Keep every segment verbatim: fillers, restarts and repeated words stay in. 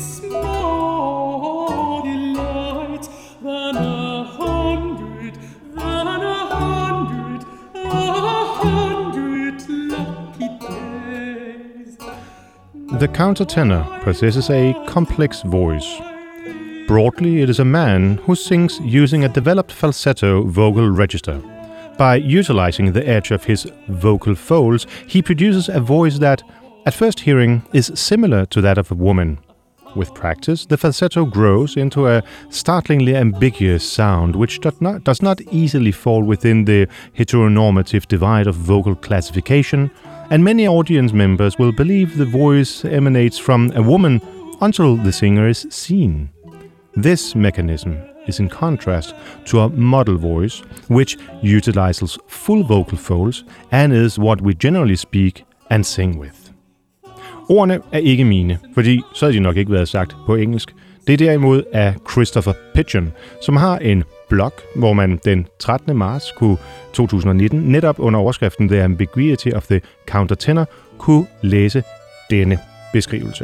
gives more delight than a hundred, than a hundred, a hundred lucky days. The countertenor possesses a complex voice. Broadly, it is a man who sings using a developed falsetto vocal register. By utilizing the edge of his vocal folds, he produces a voice that, at first hearing, is similar to that of a woman. With practice, the falsetto grows into a startlingly ambiguous sound which does not, does not easily fall within the heteronormative divide of vocal classification, and many audience members will believe the voice emanates from a woman until the singer is seen. This mechanism is in contrast to a model voice, which utilizes full vocal folds and is what we generally speak and sing with. Ordene er ikke mine, fordi så havde de nok ikke været sagt på engelsk. Det er derimod af Christopher Pidgeon, som har en blog, hvor man den trettende marts to tusind nitten, netop under overskriften The Ambiguity of the Countertenor, kunne læse denne beskrivelse.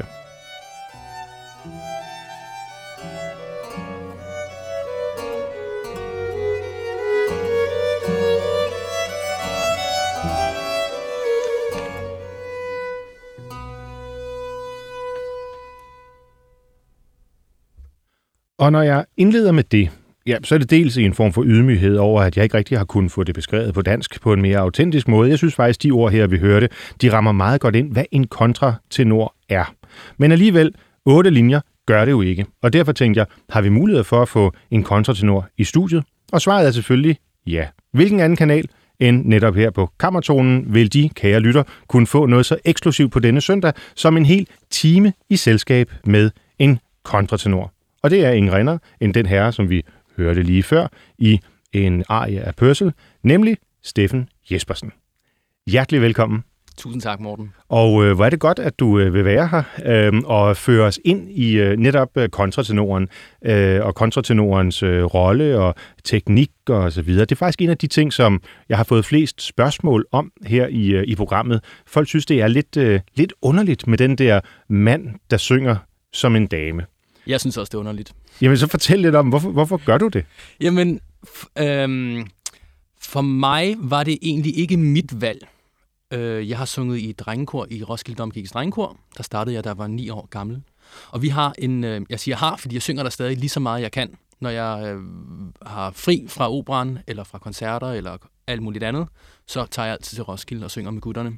Og når jeg indleder med det, ja, så er det dels i en form for ydmyghed over, at jeg ikke rigtig har kunnet få det beskrevet på dansk på en mere autentisk måde. Jeg synes faktisk, de ord her, vi hørte, de rammer meget godt ind, hvad en kontratenor er. Men alligevel, otte linjer gør det jo ikke. Og derfor tænkte jeg, har vi mulighed for at få en kontratenor i studiet? Og svaret er selvfølgelig ja. Hvilken anden kanal end netop her på Kammertonen vil de, kære lytter, kunne få noget så eksklusivt på denne søndag, som en hel time i selskab med en kontratenor. Og det er ingen rinder end den herre, som vi hørte lige før i en arie af Purcell, nemlig Steffen Jespersen. Hjertelig velkommen. Tusind tak, Morten. Og øh, hvor er det godt, at du øh, vil være her øh, og føre os ind i øh, netop øh, kontratenoren øh, og kontratenorens øh, rolle og teknik og så videre. Det er faktisk en af de ting, som jeg har fået flest spørgsmål om her i, øh, i programmet. Folk synes, det er lidt, øh, lidt underligt med den der mand, der synger som en dame. Jeg synes også, det er underligt. Jamen, så fortæl lidt om, hvorfor, hvorfor gør du det? Jamen, f- øhm, for mig var det egentlig ikke mit valg. Øh, jeg har sunget i et drengekor i Roskilde Domkirkes Drengekor. Der startede jeg, da jeg var ni år gammel. Og vi har en, øh, jeg siger har, fordi jeg synger der stadig lige så meget, jeg kan. Når jeg øh, har fri fra operan, eller fra koncerter, eller alt muligt andet, så tager jeg altid til Roskilde og synger med gutterne.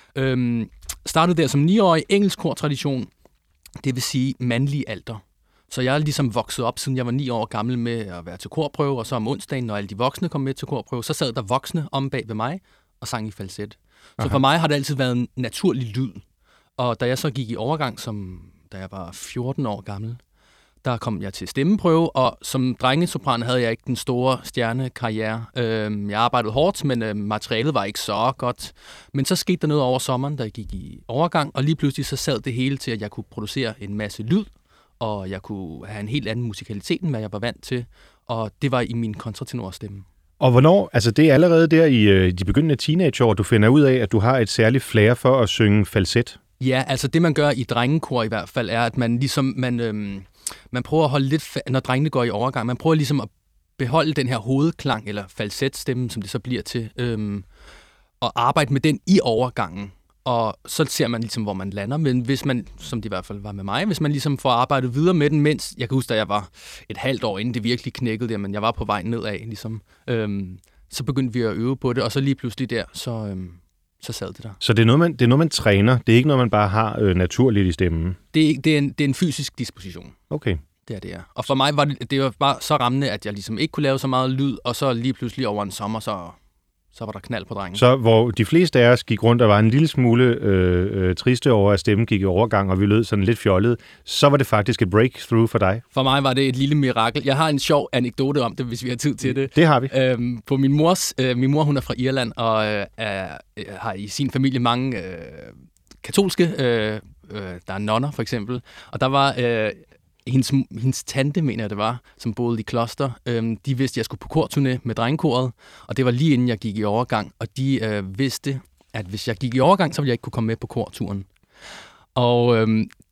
Øh, startede der som niårig, engelsk kortradition, det vil sige mandlig alder. Så jeg er ligesom vokset op, siden jeg var ni år gammel med at være til korprøve, og så om onsdagen, når alle de voksne kom med til korprøve, så sad der voksne om bag ved mig og sang i falset. Så Aha. For mig har det altid været en naturlig lyd. Og da jeg så gik i overgang, som da jeg var fjorten år gammel, der kom jeg til stemmeprøve, og som drengesopran havde jeg ikke den store stjernekarriere. Jeg arbejdede hårdt, men materialet var ikke så godt. Men så skete der noget over sommeren, da jeg gik i overgang, og lige pludselig så sad det hele til, at jeg kunne producere en masse lyd, og jeg kunne have en helt anden musikalitet, end hvad jeg var vant til, og det var i min kontratenorstemme. Og hvornår, altså det er allerede der i øh, de begyndende teenageår, du finder ud af, at du har et særligt flair for at synge falset? Ja, altså det man gør i drengekor i hvert fald, er, at man ligesom, man, øhm, man prøver at holde lidt, fa- når drengene går i overgang, man prøver ligesom at beholde den her hovedklang, eller falsetstemme, som det så bliver til, øhm, og arbejde med den i overgangen. Og så ser man ligesom, hvor man lander. Men hvis man, som det i hvert fald var med mig, hvis man ligesom får arbejdet videre med den, mens, jeg kan huske, da jeg var et halvt år, inden det virkelig knækkede der, men jeg var på vej nedad, ligesom, øhm, så begyndte vi at øve på det, og så lige pludselig der, så, øhm, så sad det der. Så det er, noget, man, det er noget, man træner? Det er ikke noget, man bare har øh, naturligt i stemmen? Det er, det, er en, det er en fysisk disposition. Okay. Det er det, ja. Og for mig var det, det var bare så rammende, at jeg ligesom ikke kunne lave så meget lyd, og så lige pludselig over en sommer, så... så var der knald på drengen. Så hvor de fleste af os gik rundt og var en lille smule øh, øh, triste over, at stemmen gik i overgang, og vi lød sådan lidt fjollet, så var det faktisk et breakthrough for dig? For mig var det et lille mirakel. Jeg har en sjov anekdote om det, hvis vi har tid til det. Det har vi. Øhm, på min mors, øh, min mor, hun er fra Irland, og øh, er, har i sin familie mange øh, katolske, øh, øh, der er nonner for eksempel, og der var... Øh, Hendes, hendes tante, mener jeg det var, som boede i kloster, øhm, de vidste, at jeg skulle på korturné med drengekoret, og det var lige inden jeg gik i overgang, og de øh, vidste, at hvis jeg gik i overgang, så ville jeg ikke kunne komme med på korturen. Og øhm,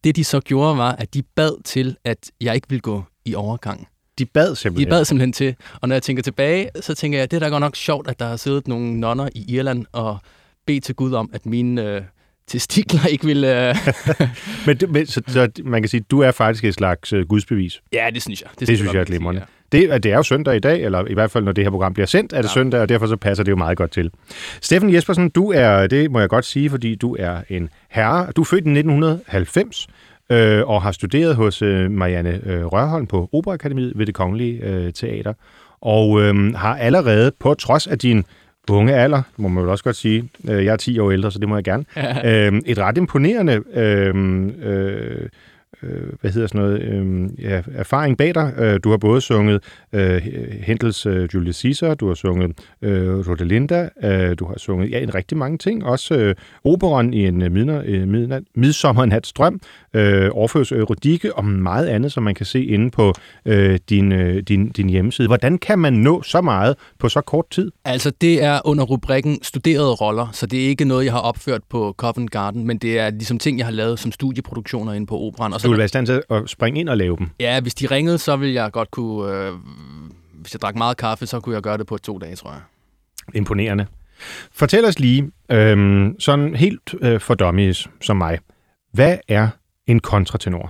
det, de så gjorde, var, at de bad til, at jeg ikke ville gå i overgang. De bad simpelthen? De bad simpelthen til. Og når jeg tænker tilbage, så tænker jeg, det er da godt nok sjovt, at der har siddet nogle nonner i Irland og bedt til Gud om, at mine øh, testikler ikke ville... Øh... men, men så, så man kan sige, at du er faktisk et slags øh, gudsbevis? Ja, det synes jeg. Det, det synes jeg er glimrende. Ja. Det, det er jo søndag i dag, eller i hvert fald, når det her program bliver sendt, er det ja. søndag, og derfor så passer det jo meget godt til. Steffen Jespersen, du er, det må jeg godt sige, fordi du er en herre. Du er født i nitten halvfems, øh, og har studeret hos øh, Marianne øh, Rørholm på Operaakademiet ved Det Kongelige øh, Teater, og øh, har allerede, på trods af din unge alder, må man jo også godt sige, øh, jeg er ti år ældre, så det må jeg gerne, ja. øh, et ret imponerende... Øh, øh, hvad hedder sådan noget, øh, ja, erfaring bag dig. Øh, du har både sunget øh, Händels øh, Julius Caesar, du har sunget øh, Rodelinda, øh, du har sunget ja, en rigtig mange ting, også øh, operon i en midner, øh, midnat, Midsommernats drøm, øh, Orfeus Eurydike og meget andet, som man kan se inde på øh, din, øh, din, din hjemmeside. Hvordan kan man nå så meget på så kort tid? Altså, det er under rubrikken studerede roller, så det er ikke noget, jeg har opført på Covent Garden, men det er ligesom ting, jeg har lavet som studieproduktioner inde på operan. Og så du vil være i stand til at springe ind og lave dem? Ja, hvis de ringede, så ville jeg godt kunne... Øh, hvis jeg drak meget kaffe, så kunne jeg gøre det på to dage, tror jeg. Imponerende. Fortæl os lige, øh, sådan helt øh, for dummies som mig, hvad er en kontratenor?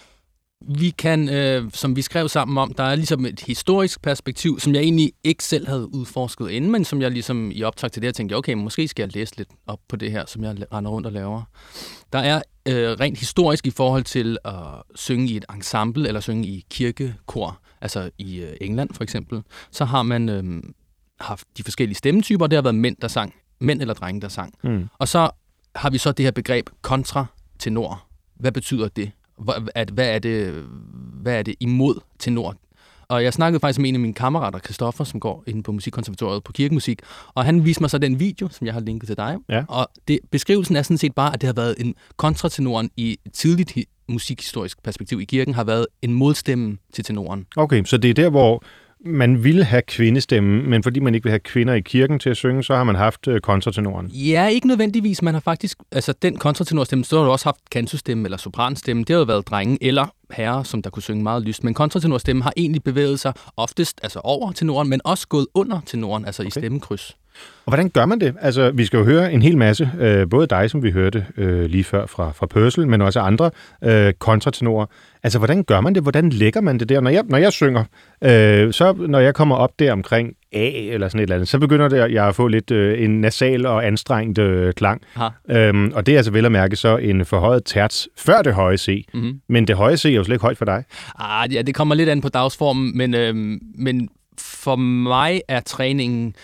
Vi kan, øh, som vi skrev sammen om, der er ligesom et historisk perspektiv, som jeg egentlig ikke selv havde udforsket inden, men som jeg ligesom i optag til det her tænkte, okay, måske skal jeg læse lidt op på det her, som jeg render rundt og laver. Der er øh, rent historisk i forhold til at synge i et ensemble, eller synge i kirkekor, altså i øh, England for eksempel, så har man øh, haft de forskellige stemmetyper, og det har været mænd, der sang, mænd eller drenge, der sang. Mm. Og så har vi så det her begreb kontratenor. Hvad betyder det? Hvad er det, hvad er det imod tenor? Og jeg snakkede faktisk med en af mine kammerater, Christoffer, som går inde på Musikkonservatoriet på kirkemusik, og han viste mig så den video, som jeg har linket til dig. Ja. Og det, beskrivelsen er sådan set bare, at det har været en kontratenoren i et tidligt hi- musikhistorisk perspektiv i kirken, har været en modstemme til tenoren. Okay, så det er der, hvor man ville have kvindestemme, men fordi man ikke vil have kvinder i kirken til at synge, så har man haft øh, kontratenoren. Ja, ikke nødvendigvis. Man har faktisk, altså den kontratenorstemme, så har du også haft kantostemme eller sopranstemme. Det har jo været drenge eller herrer, som der kunne synge meget lyst. Men kontratenorstemme har egentlig bevæget sig oftest altså over tenoren, men også gået under tenoren, altså okay. i stemmekryds. Og hvordan gør man det? Altså, vi skal jo høre en hel masse, øh, både dig, som vi hørte øh, lige før fra, fra Purcell, men også andre øh, kontratenorer. Altså, hvordan gør man det? Hvordan lægger man det der? Når jeg, når jeg synger, øh, så når jeg kommer op der omkring A eller sådan et eller andet, så begynder det, jeg at få lidt øh, en nasal og anstrengt øh, klang. Øhm, og det er altså vel at mærke så en forhøjet terts før det høje C. Mm-hmm. Men det høje C er jo slet ikke højt for dig. Ah, ja, det kommer lidt an på dagsformen, men, øh, men for mig er træningen...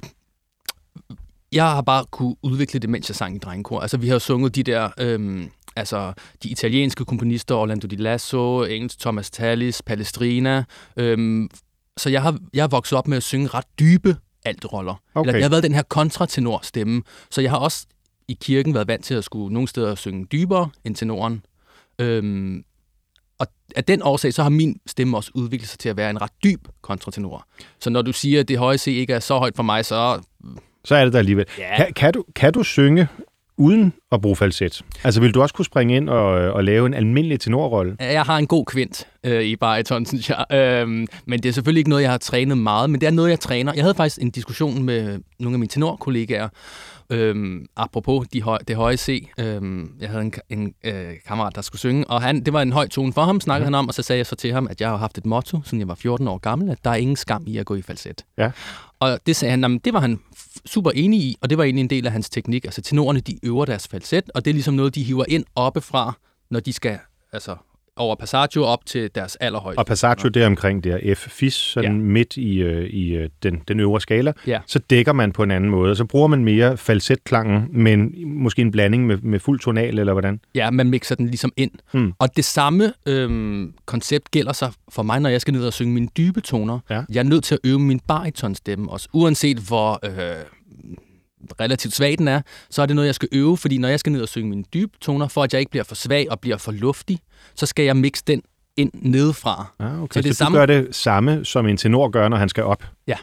Jeg har bare kunne udvikle det, mens jeg sang i drengekor. Altså, vi har jo sunget de der, øhm, altså, de italienske komponister, Orlando Di Lasso, engelsk Thomas Tallis, Palestrina. Øhm, så jeg har, jeg har vokset op med at synge ret dybe altroller. Okay. Eller jeg har været den her kontratenor-stemme. Så jeg har også i kirken været vant til at skulle nogle steder synge dybere end tenoren. Øhm, og af den årsag, så har min stemme også udviklet sig til at være en ret dyb kontratenor. Så når du siger, at det høje C ikke er så højt for mig, så... Så er det der alligevel. Yeah. Kan, kan, du, kan du synge uden at bruge falset? Altså, vil du også kunne springe ind og, og lave en almindelig tenorrolle? Jeg har en god kvint øh, i bariton, synes jeg. Øhm, men det er selvfølgelig ikke noget, jeg har trænet meget, men det er noget, jeg træner. Jeg havde faktisk en diskussion med nogle af mine tenorkollegaer, øhm, apropos de høj, det høje C. Øhm, jeg havde en, en øh, kammerat, der skulle synge, og han, det var en høj tone for ham, snakkede mm. han om, og så sagde jeg så til ham, at jeg har haft et motto, siden jeg var fjorten år gammel, at der er ingen skam i at gå i falset. Ja. Og det sagde han, det var han super enig i, og det var egentlig en del af hans teknik. Altså tenorerne, de øver deres falset, og det er ligesom noget, de hiver ind oppefra, når de skal altså over passaggio op til deres allerhøjeste. Og passaggio der omkring der F-fis, sådan ja. midt i, øh, i øh, den, den øvre skala, ja. så dækker man på en anden måde. Så bruger man mere falsetklangen, men måske en blanding med, med fuld tonal, eller hvordan? Ja, man mixer den ligesom ind. Hmm. Og det samme øhm, koncept gælder sig for mig, når jeg skal ned og synge mine dybe toner. Ja. Jeg er nødt til at øve min baritonstemme også, uanset hvor... Øh, relativt svag den er, så er det noget, jeg skal øve, fordi når jeg skal ned og synge mine dybe toner, for at jeg ikke bliver for svag og bliver for luftig, så skal jeg mixe den ind nedefra. Ah, okay. Så, det så du samme... gør det samme, som en tenor gør, når han skal op? Ja.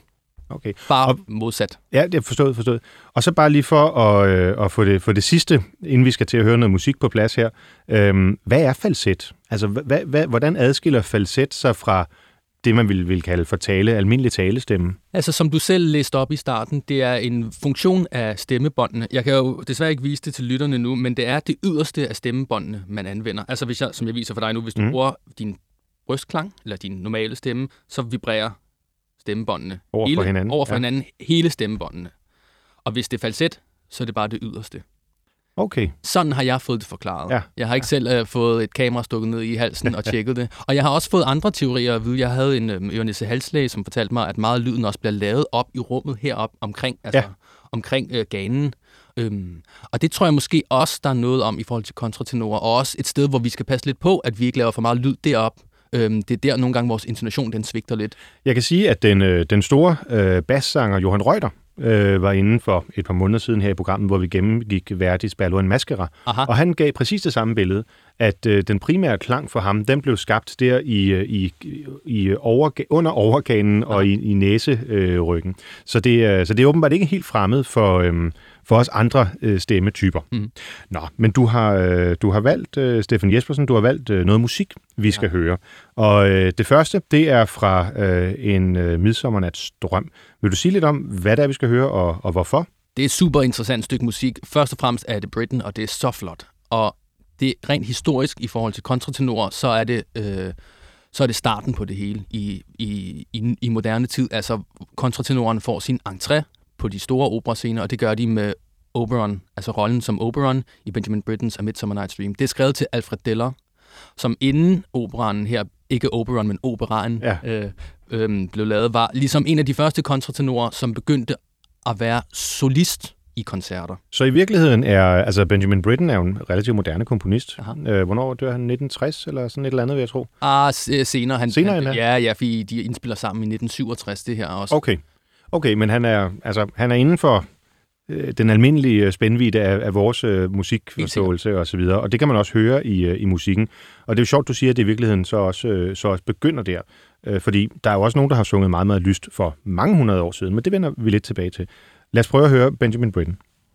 Okay. Bare og, modsat. Ja, det er forstået, forstået. Og så bare lige for at, øh, at få, det, få det sidste, inden vi skal til at høre noget musik på plads her. Øh, hvad er falset? Altså, hvad, hvad, hvordan adskiller falset sig fra det, man vil, vil kalde for tale, almindelig talestemme? Altså, som du selv læste op i starten, det er en funktion af stemmebåndene. Jeg kan jo desværre ikke vise det til lytterne nu, men det er det yderste af stemmebåndene, man anvender. Altså, hvis jeg, som jeg viser for dig nu, hvis du mm. bruger din brystklang, eller din normale stemme, så vibrerer stemmebåndene over for hele, hinanden, over for ja. hinanden hele stemmebåndene. Og hvis det er falset, så er det bare det yderste. Okay. Sådan har jeg fået det forklaret. Ja. Jeg har ikke selv uh, fået et kamera stukket ned i halsen og tjekket det. Og jeg har også fået andre teorier at vide. Jeg havde en uh, øre-næse halslæge, som fortalte mig, at meget af lyden også bliver lavet op i rummet herop omkring, altså, ja. omkring uh, ganen. Øhm, og det tror jeg måske også, der er noget om i forhold til kontratenorer. Og også et sted, hvor vi skal passe lidt på, at vi ikke laver for meget lyd derop. Øhm, det er der nogle gange vores intonation, den svigter lidt. Jeg kan sige, at den, øh, den store øh, bassanger Johan Reuter øh, var inde for et par måneder siden her i programmet, hvor vi gennemgik Verdis Ballo en Mascara. Aha. Og han gav præcis det samme billede, at øh, den primære klang for ham, den blev skabt der i, i, i overga- under overganen og i, i næseryggen. Øh, så, det, øh, så det er åbenbart ikke helt fremmed for, øh, for os andre øh, stemmetyper. Mm. Nå, men du har, øh, du har valgt, øh, Steffen Jespersen, du har valgt øh, noget musik, vi skal ja. høre. Og øh, det første, det er fra øh, en øh, midsommernats drøm. Vil du sige lidt om, hvad det er, vi skal høre, og, og hvorfor? Det er et super interessant stykke musik. Først og fremmest er det Britten, og det er så flot. Og det er rent historisk i forhold til kontratenorer, så er det, øh, så er det starten på det hele i, i, i, i moderne tid. Altså, kontratenorerne får sin entré på de store operascener, og det gør de med Oberon, altså rollen som Oberon i Benjamin Brittens A Midsummer Night's Dream. Det er skrevet til Alfred Deller, som inden operaen her, ikke Oberon, men operaen, ja. øh, øh, blev lavet, var ligesom en af de første kontratenorer, som begyndte at være solist i koncerter. Så i virkeligheden er, altså Benjamin Britten er jo en relativt moderne komponist. Øh, hvornår dør han? nitten tres eller sådan et eller andet, vil jeg tro? Ah, senere. Han, senere han, han ja, ja, fordi de indspiller sammen i nitten syvogtres, det her også. Okay, okay, men han er, altså, han er inden for øh, den almindelige spændvidde af, af vores øh, musikforståelse og så videre, og det kan man også høre i, øh, i musikken. Og det er jo sjovt, du siger, at det i virkeligheden så også, øh, så også begynder der, øh, fordi der er jo også nogen, der har sunget meget, meget lyst for mange hundrede år siden, men det vender vi lidt tilbage til. Lad os prøve at høre Benjamin Britten.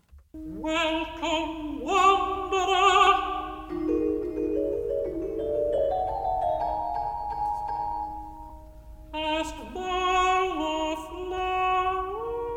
Welcome, wanderer. Hast thou a flower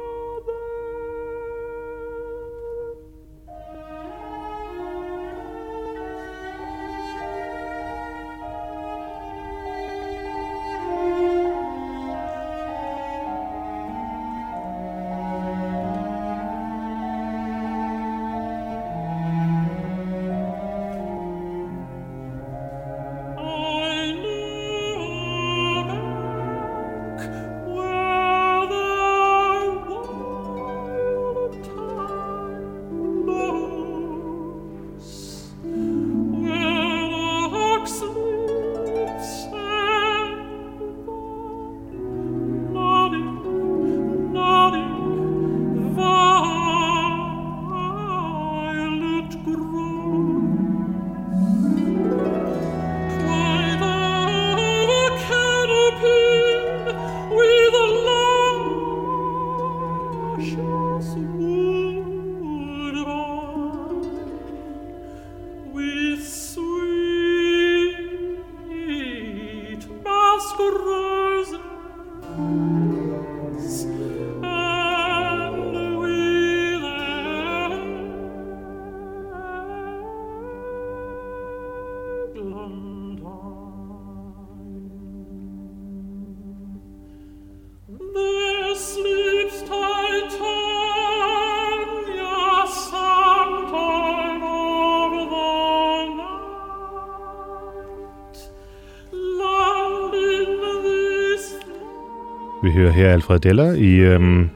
Vi hører her Alfred Deller i, øhm,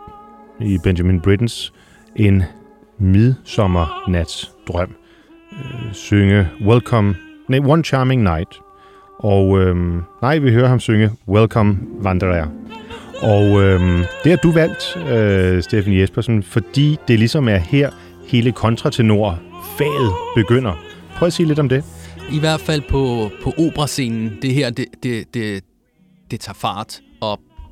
i Benjamin Brittens En midsommernats drøm øh, synge Welcome, nej, One Charming Night. Og øhm, nej, vi hører ham synge Welcome, Wanderer. Og øhm, det har du valgt, øh, Steffen Jespersen, fordi det ligesom er her hele kontratenor-faget begynder. Prøv at sige lidt om det. I hvert fald på, på operascenen, det her, det, det, det, det tager fart, og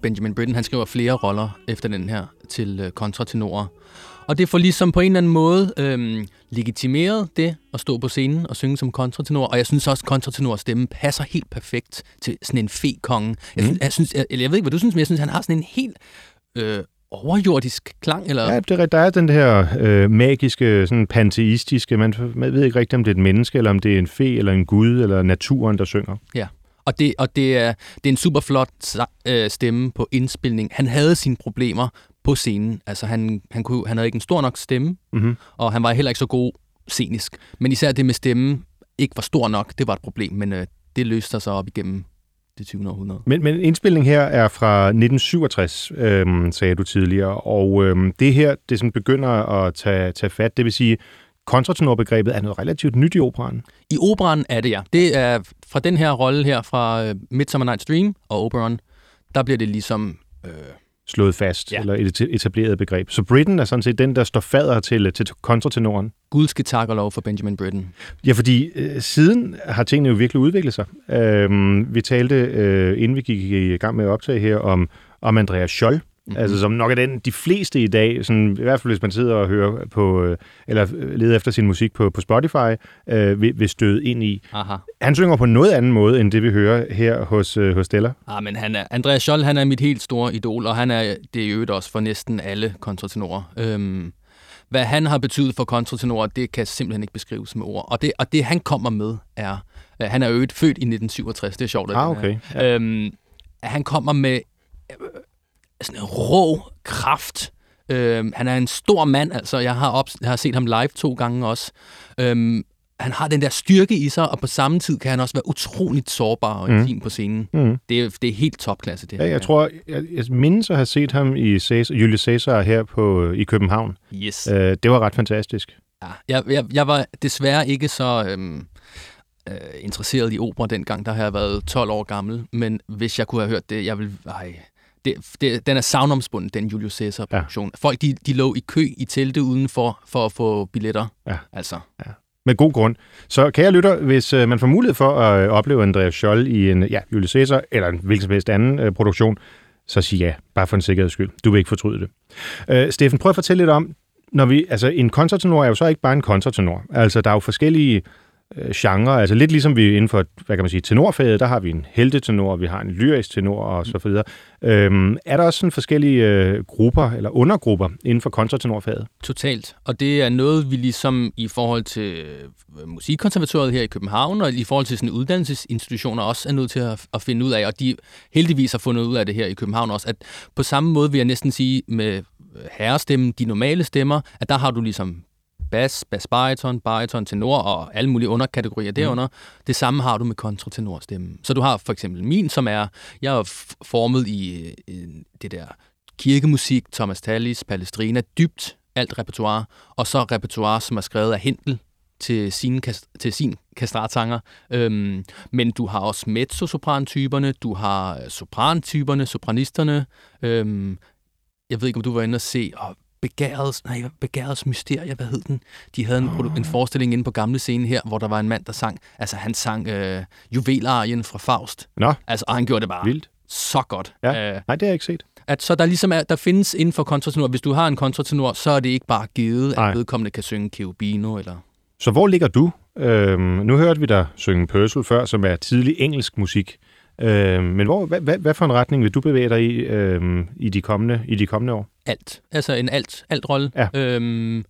Benjamin Britten, han skriver flere roller efter den her til øh, kontratenorer. Og det får ligesom på en eller anden måde øh, legitimeret det at stå på scenen og synge som kontratenor. Og jeg synes også, at kontratenors stemme passer helt perfekt til sådan en fe-konge. Jeg, synes, jeg, synes, jeg, jeg ved ikke, hvad du synes, men jeg synes, han har sådan en helt øh, overjordisk klang. Eller? Ja, det er, der er den her øh, magiske, sådan panteistiske, man, man ved ikke rigtigt, om det er et menneske, eller om det er en fe, eller en gud, eller naturen, der synger. Ja. Og, det, og det, er, det er en super flot øh, stemme på indspilning. Han havde sine problemer på scenen. Altså, han, han, kunne, han havde ikke en stor nok stemme, mm-hmm. og han var heller ikke så god scenisk. Men især det med stemmen ikke var stor nok, det var et problem, men øh, det løste sig så op igennem det tyvende århundrede. Men, men indspilningen her er fra nitten syvogtres, øhm, sagde du tidligere, og øhm, det her, det sådan begynder at tage, tage fat, det vil sige, kontratenorbegrebet er noget relativt nyt i operaen. I operaen er det, ja. Det er fra den her rolle her fra uh, Midsummer Night's Dream og Oberon, der bliver det ligesom øh... slået fast, ja. Eller et etableret begreb. Så Britten er sådan set den, der står fader til, til kontratenoren. Gud skal takke og lov for Benjamin Britten. Ja, fordi øh, siden har tingene jo virkelig udviklet sig. Øh, vi talte, øh, inden vi gik i gang med at optage her, om, om Andreas Scholl. Mm-hmm. Altså som nok er den, de fleste i dag, sådan, i hvert fald hvis man sidder og hører på, øh, eller leder efter sin musik på, på Spotify, øh, vil, vil støde ind i. Aha. Han synger på en noget anden måde, end det vi hører her hos, øh, hos Stella. Ah, men han er, Andreas Scholl, han er mit helt store idol, og han er det i øvrigt også for næsten alle kontratenorer. Øhm, hvad han har betydet for kontratenorer, det kan simpelthen ikke beskrives med ord. Og det, og det han kommer med, er, øh, han er øvrigt født i nitten syvogtres, det er sjovt. Ah, okay. Ja. Øhm, han kommer med øh, sådan en rå kraft. Øhm, han er en stor mand, altså jeg har, op, jeg har set ham live to gange også. Øhm, han har den der styrke i sig, og på samme tid kan han også være utroligt sårbar og intim mm. på scenen. Mm. Det, er, det er helt topklasse, det her. Ja, jeg tror, jeg, jeg mindes at have set ham i Cæsar, Julius Caesar her på, i København. Yes. Øh, det var ret fantastisk. Ja, jeg, jeg, jeg var desværre ikke så øhm, øh, interesseret i opera dengang, der har jeg været tolv år gammel, men hvis jeg kunne have hørt det, jeg ville... Ej, Det, det, den er savnomspunden, den Julius Caesar-produktion. Ja. Folk, de, de lå i kø i telte udenfor for at få billetter. Ja. Altså. Ja. Med god grund. Så kan jeg lytte, hvis uh, man får mulighed for at uh, opleve Andreas Scholl i en ja, Julius Caesar eller en hvilken som helst anden uh, produktion, så sig ja, bare for en sikkerheds skyld. Du vil ikke fortryde det. Uh, Steffen, prøv at fortælle lidt om, når vi, altså en kontratenor er jo så ikke bare en kontratenor. Altså der er jo forskellige genre, altså lidt ligesom vi inden for, hvad kan man sige, tenorfaget, der har vi en heltetenor, vi har en lyrisk tenor og så videre. Øhm, er der også sådan forskellige øh, grupper eller undergrupper inden for kontratenorfaget? Totalt, og det er noget, vi ligesom i forhold til Musikkonservatoriet her i København, og i forhold til sådan uddannelsesinstitutioner også er nødt til at, at finde ud af, og de heldigvis har fundet ud af det her i København også, at på samme måde vil jeg næsten sige med herrestemmen, de normale stemmer, at der har du ligesom bas, bas-bariton, bariton, tenor og alle mulige underkategorier derunder. Mm. Det samme har du med kontratenorstemmen. Så du har for eksempel min, som er, jeg er formet i, i det der kirkemusik, Thomas Tallis, Palestrina, dybt alt repertoire, og så repertoire, som er skrevet af Händel til sin, til sin kastratsanger. Øhm, men du har også mezzo-sopran-typerne, du har sopran-typerne, sopranisterne. Øhm, jeg ved ikke, om du var inde og se... Og Begærets, nej, Begærets Mysterie, hvad hed den? De havde en, oh. en forestilling inde på Gamle Scene her, hvor der var en mand, der sang, altså han sang øh, juvelarien fra Faust. Nå. Altså, og han gjorde det bare vildt. Så godt. Ja. Uh, nej, det har jeg ikke set. At så der ligesom er, der findes inden for kontratenor, hvis du har en kontratenor, så er det ikke bare givet, at vedkommende kan synge Cherubino, eller... Så hvor ligger du? Øhm, nu hørte vi dig synge Purcell før, som er tidlig engelsk musik. Øhm, men hvor, hvad, hvad, hvad for en retning vil du bevæge dig i øhm, i, de kommende, i de kommende år? Alt. Altså en alt, alt rolle. Ja. Øhm,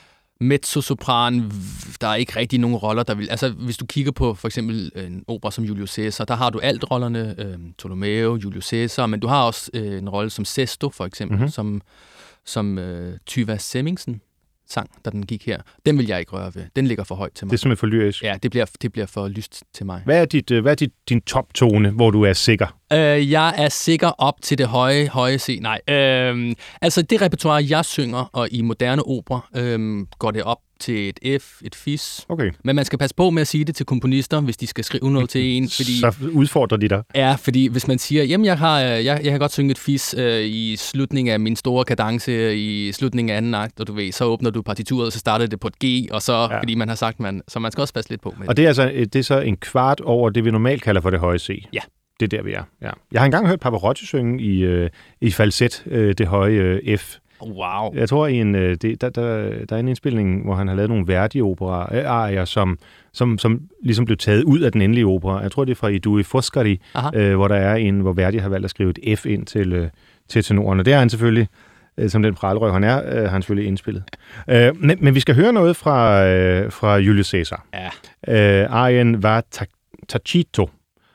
mezzo-sopran, der er ikke rigtig nogen roller, der vil... Altså, hvis du kigger på for eksempel en opera som Julius Caesar, der har du alt rollerne, øhm, Tolomeo, Julius Caesar, men du har også øh, en rolle som Sesto, for eksempel, mm-hmm. som, som øh, Tyva Semmingsen sang, da den gik her. Den vil jeg ikke røre ved. Den ligger for højt til mig. Det er simpelthen for lyrisk. Ja, det bliver, det bliver for lyst til mig. Hvad er, dit, hvad er dit, din toptone, hvor du er sikker? Øh, jeg er sikker op til det høje, høje C. Nej. Øh, altså, det repertoire, jeg synger, og i moderne opera, øh, går det op til et F, et fis. Okay. Men man skal passe på med at sige det til komponister, hvis de skal skrive noget til en. Fordi, så udfordrer de dig. Ja, fordi hvis man siger, jamen jeg har, jeg, jeg kan godt synge et fis øh, i slutningen af min store kadence, i slutningen af anden akt, og du ved, så åbner du partituret, og så starter det på et G, og så, ja. Fordi man har sagt, man, så man skal også passe lidt på med det. Og det er altså det er så en kvart over det, vi normalt kalder for det høje C. Ja. det er der, vi er. Ja. Jeg har engang hørt Pavarotti synge i, øh, i falset, øh, det høje øh, F. Wow. Jeg tror, i en, øh, det, der, der, der er en indspilning, hvor han har lavet nogle Verdi-opera-arier, som, som, som ligesom blev taget ud af den endelige opera. Jeg tror, det er fra I Due Foscari, øh, hvor der er en, hvor Verdi har valgt at skrive et F ind til, øh, til tenorerne. Det er han selvfølgelig, øh, som den pralrøv han er, øh, har han selvfølgelig indspillet. Øh, men, men vi skal høre noget fra, øh, fra Julius Caesar. Ja. Øh, arien var Tacito.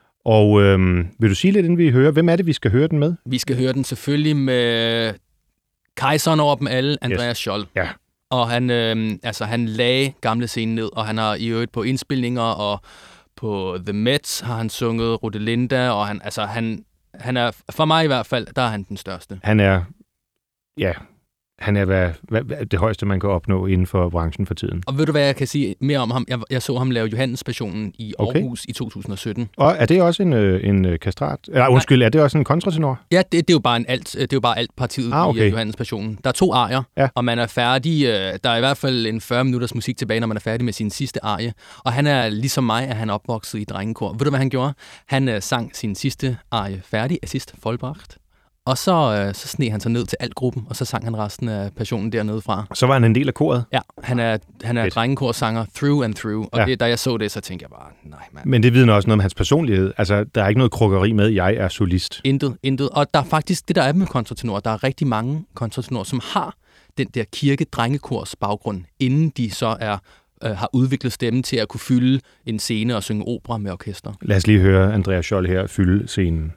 Og øh, vil du sige lidt, inden vi hører, hvem er det, vi skal høre den med? Vi skal høre den selvfølgelig med kejseren over dem alle, Andreas yes. Scholl. Ja. Og han, øh, altså, han lagde gamle scenen ned, og han har i øvrigt på indspilninger, og på The Mets har han sunget Rodelinda, og han, altså, han, han er, for mig i hvert fald, der er han den største. Han er, ja, han er hvad, hvad, det højeste, man kan opnå inden for branchen for tiden. Og ved du, hvad jeg kan sige mere om ham? Jeg, jeg så ham lave Johannespassionen i Aarhus okay. i to tusind og sytten. Og er det også en, en kastrat? Eller undskyld, er det også en kontratenor? Ja, det, det er jo bare en alt, det er jo bare alt partiet ah, okay. i Johannespassionen. Der er to arier, ja. Og man er færdig. Der er i hvert fald en fyrre minutters musik tilbage, når man er færdig med sin sidste arie. Og han er ligesom mig, at han er opvokset i drengekor. Ved du, hvad han gjorde? Han uh, sang sin sidste arie færdig, Assist Vollbracht. Og så, øh, så sneg han sig ned til alt gruppen, og så sang han resten af passionen dernede fra. Så var han en del af koret? Ja, han er, han er drengekorsanger through and through. Og ja. det, da jeg så det, så tænkte jeg bare, nej mand. Men det vidner også noget om hans personlighed. Altså, der er ikke noget krukkeri med, jeg er solist. Intet, intet. Og der er faktisk, det der er med kontratenorer, der er rigtig mange kontratenorer, som har den der kirke-drengekors baggrund, inden de så er, øh, har udviklet stemmen til at kunne fylde en scene og synge opera med orkester. Lad os lige høre Andreas Scholl her fylde scenen.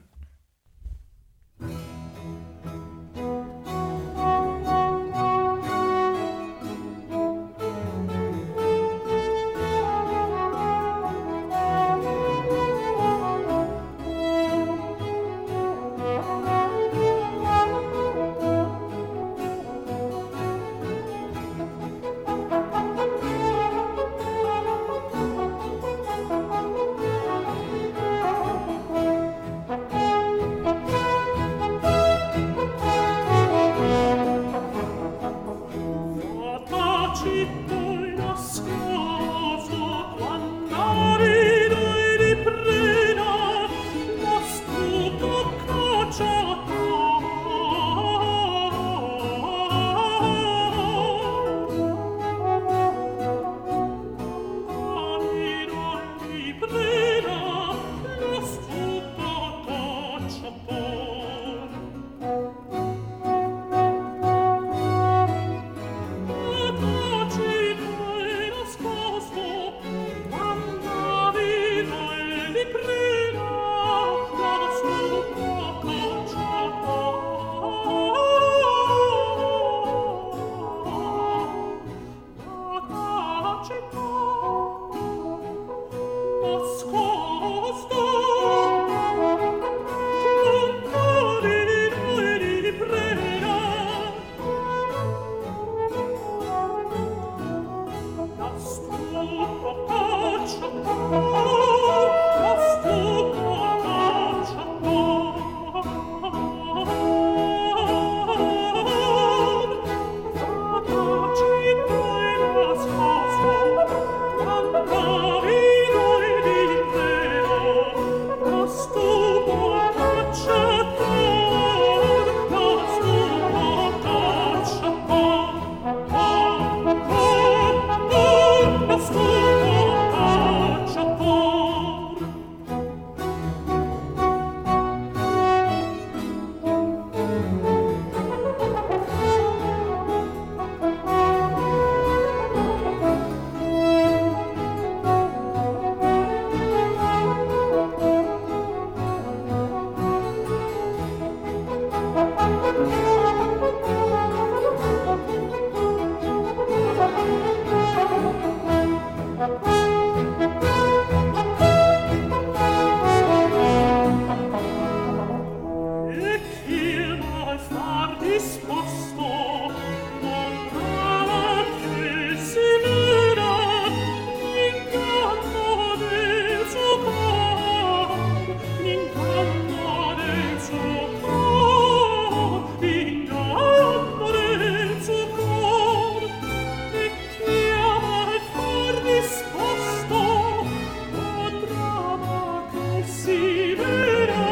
Sì, vera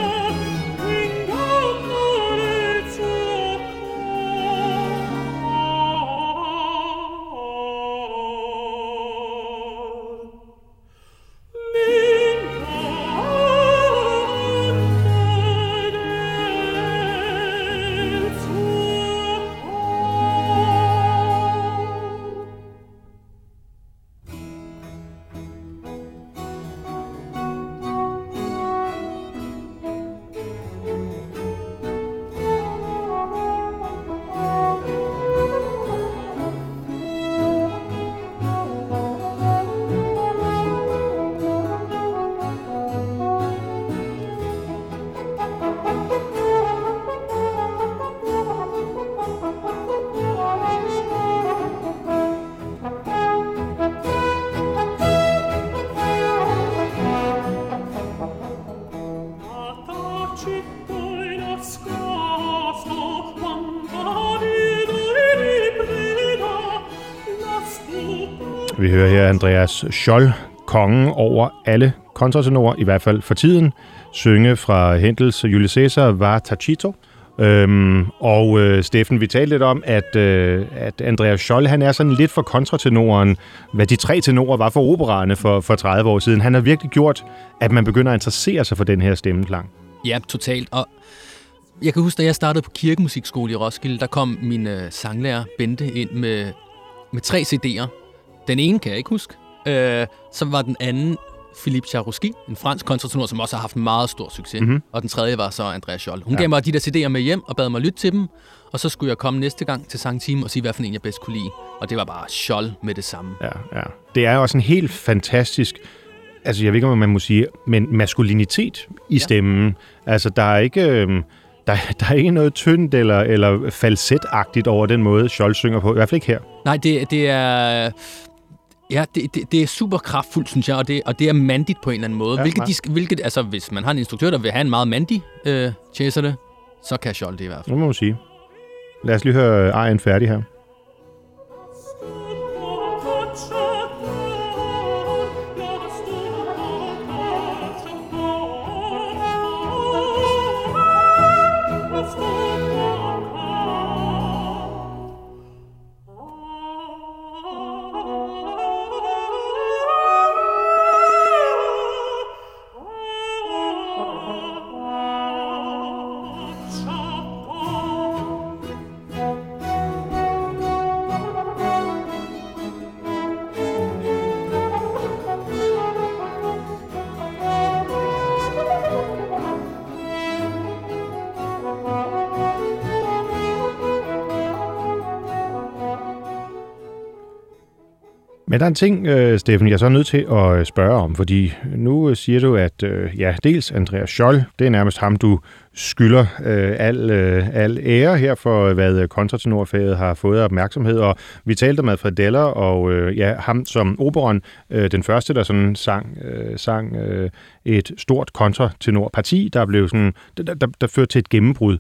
Vi hører her Andreas Scholl, kongen over alle kontratenorer, i hvert fald for tiden, synge fra Händels Julius Caesar var tacito. Øhm, og øh, Steffen, vi talte lidt om, at, øh, at Andreas Scholl, han er sådan lidt for kontratenoren, hvad de tre tenorer var for operaerne for, for tredive år siden. Han har virkelig gjort, at man begynder at interessere sig for den her stemmeklang. Ja, totalt. Og jeg kan huske, da jeg startede på kirkemusikskole i Roskilde, der kom min øh, sanglærer Bente ind med, med tre C D'er. Den ene kan jeg ikke huske. Øh, så var den anden Philippe Jarouski, en fransk kontratenor, som også har haft meget stor succes. Mm-hmm. Og den tredje var så Andreas Scholl. Hun ja. gav mig de der C D'er med hjem og bad mig lytte til dem. Og så skulle jeg komme næste gang til sangteam og sige, hvad for en jeg bedst kunne lide. Og det var bare Scholl med det samme. Ja, ja. Det er også en helt fantastisk, altså jeg ved ikke, om man må sige, men maskulinitet i ja. stemmen. Altså der er ikke... Øh, Der, der er ikke noget tyndt eller, eller falsetagtigt over den måde, Scholl synger på. I hvert fald ikke her. Nej, det, det er... Ja, det, det, det er super kraftfuldt, synes jeg, og det, og det er mandigt på en eller anden måde. Ja, hvilket, de, hvilket, altså, hvis man har en instruktør, der vil have en meget mandig øh, chaser, så kan Scholl det i hvert fald. Det må man sige. Lad os lige høre arien færdig her. Men der er en ting, øh, Steffen, jeg er så nødt til at spørge om, fordi nu siger du, at øh, ja, dels Andreas Scholl, det er nærmest ham, du skylder øh, al, øh, al ære her for, hvad kontratenorfaget har fået opmærksomhed, og vi talte med Fredeller, og øh, ja, ham som operon, øh, den første, der sådan sang, øh, sang øh, et stort kontratenorparti, der blev sådan, der, der, der førte til et gennembrud.